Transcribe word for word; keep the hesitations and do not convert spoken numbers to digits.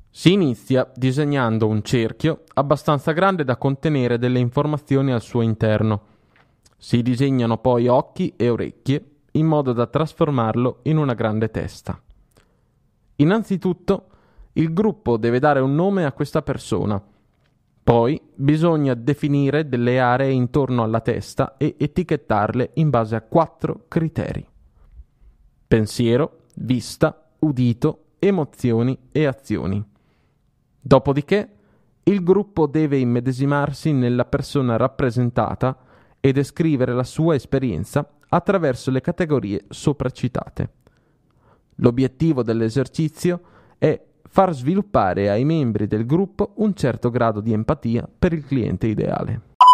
Si inizia disegnando un cerchio abbastanza grande da contenere delle informazioni al suo interno. Si disegnano poi occhi e orecchie in modo da trasformarlo in una grande testa. Innanzitutto, il gruppo deve dare un nome a questa persona. Poi bisogna definire delle aree intorno alla testa e etichettarle in base a quattro criteri: pensiero, vista, udito, emozioni e azioni. Dopodiché, il gruppo deve immedesimarsi nella persona rappresentata e descrivere la sua esperienza attraverso le categorie sopracitate. L'obiettivo dell'esercizio è far sviluppare ai membri del gruppo un certo grado di empatia per il cliente ideale.